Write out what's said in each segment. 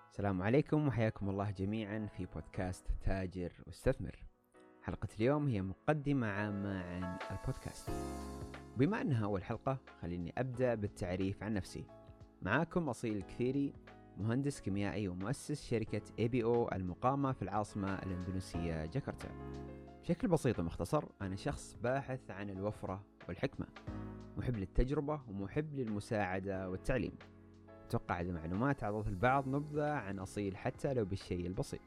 السلام عليكم وحياكم الله جميعا في بودكاست تاجر واستثمر. حلقة اليوم هي مقدمة عامة عن البودكاست. بما أنها أول حلقة خليني أبدأ بالتعريف عن نفسي. معاكم أصيل الكثيري، مهندس كيميائي ومؤسس شركة ABO المقامة في العاصمة الإندونيسية جاكرتا. بشكل بسيط ومختصر، أنا شخص باحث عن الوفرة والحكمة، محب للتجربة ومحب للمساعدة والتعليم. أتوقع إذا معلومات عضت البعض نبذة عن أصيل حتى لو بالشيء البسيط.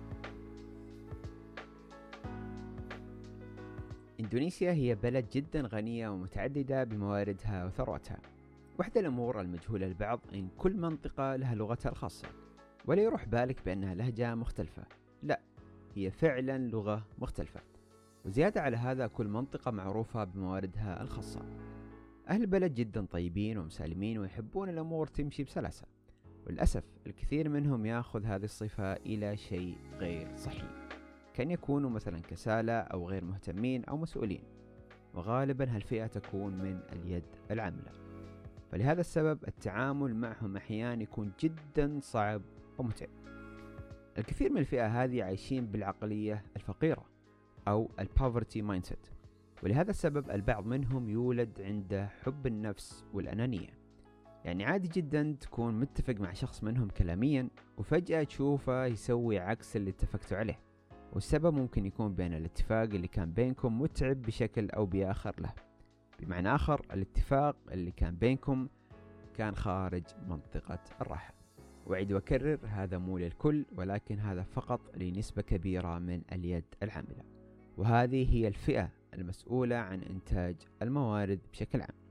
إندونيسيا هي بلد جدا غنية ومتعددة بمواردها وثروتها. واحدى الأمور المجهولة للبعض أن كل منطقة لها لغتها الخاصة، ولا يروح بالك بأنها لهجة مختلفة، لا، هي فعلا لغة مختلفة. وزيادة على هذا كل منطقة معروفة بمواردها الخاصة. أهل البلد جدا طيبين ومسالمين ويحبون الأمور تمشي بسلاسة، وللأسف الكثير منهم يأخذ هذه الصفة إلى شيء غير صحي، كان يكونوا مثلا كسالى أو غير مهتمين أو مسؤولين، وغالبا هالفئة تكون من اليد العاملة. فلهذا السبب التعامل معهم أحيانا يكون جدا صعب ومتعب. الكثير من الفئة هذه عايشين بالعقلية الفقيرة أو البوفرتي مايندسيت، ولهذا السبب البعض منهم يولد عنده حب النفس والأنانية. يعني عادي جدا تكون متفق مع شخص منهم كلاميا وفجأة تشوفه يسوي عكس اللي اتفقتوا عليه، والسبب ممكن يكون بين الاتفاق اللي كان بينكم متعب بشكل أو بآخر له. بمعنى آخر، الاتفاق اللي كان بينكم كان خارج منطقة الراحة. وأعيد وأكرر، هذا مو للكل، ولكن هذا فقط لنسبة كبيرة من اليد العاملة، وهذه هي الفئة المسؤولة عن إنتاج الموارد بشكل عام.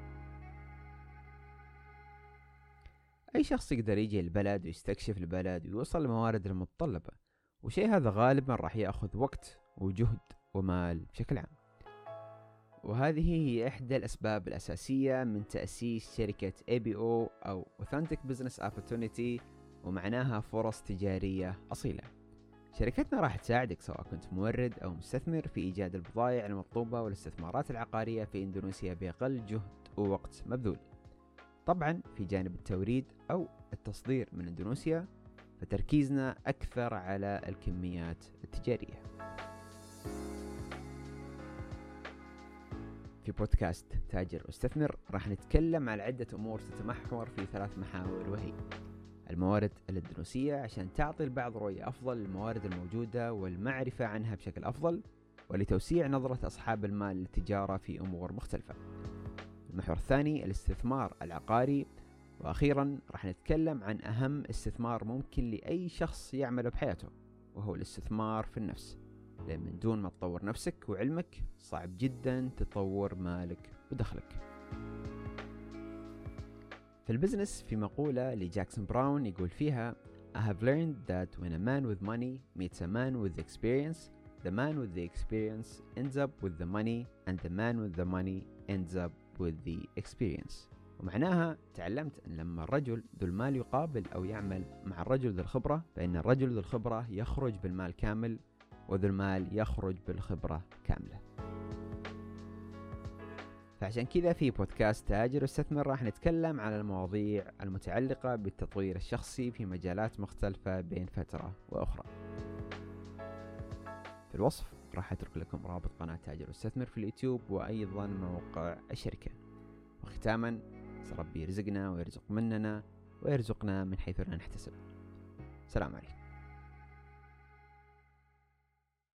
أي شخص يقدر يجي البلد ويستكشف البلد ويوصل الموارد المتطلبة، وشيء هذا غالبا راح يأخذ وقت وجهد ومال بشكل عام. وهذه هي إحدى الأسباب الأساسية من تأسيس شركة ABO أو Authentic Business Opportunity، ومعناها فرص تجارية أصيلة. شركتنا راح تساعدك سواء كنت مورد أو مستثمر في إيجاد البضائع المطلوبة والاستثمارات العقارية في إندونيسيا بأقل جهد ووقت مبذول. طبعا في جانب التوريد أو التصدير من إندونيسيا، فتركيزنا أكثر على الكميات التجارية. في بودكاست تاجر واستثمر راح نتكلم على عدة أمور تتمحور في 3 محاور، وهي الموارد الإندونيسية عشان تعطي البعض رؤية أفضل للموارد الموجودة والمعرفة عنها بشكل أفضل، ولتوسيع نظرة أصحاب المال للتجارة في أمور مختلفة. المحور الثاني الاستثمار العقاري، وأخيرا راح نتكلم عن أهم استثمار ممكن لأي شخص يعمل بحياته، وهو الاستثمار في النفس، لأن من دون ما تطور نفسك وعلمك صعب جدا تطور مالك ودخلك. في البزنس في مقولة لجاكسون براون يقول فيها I have learned that when a man with money meets a man with experience, the man with the experience ends up with the money and the man with the money ends up with the experience. ومعناها تعلمت أن لما الرجل ذو المال يقابل أو يعمل مع الرجل ذو الخبرة، فإن الرجل ذو الخبرة يخرج بالمال كامل، وذو المال يخرج بالخبرة كاملة. فعشان كذا في بودكاست تاجر واستثمر راح نتكلم على المواضيع المتعلقة بالتطوير الشخصي في مجالات مختلفة بين فترة وأخرى. في الوصف راح أترك لكم رابط قناة تاجر واستثمر في اليوتيوب، وأيضا موقع الشركة. وختاما، ربي يرزقنا ويرزق مننا ويرزقنا من حيث لا نحتسب. السلام عليكم.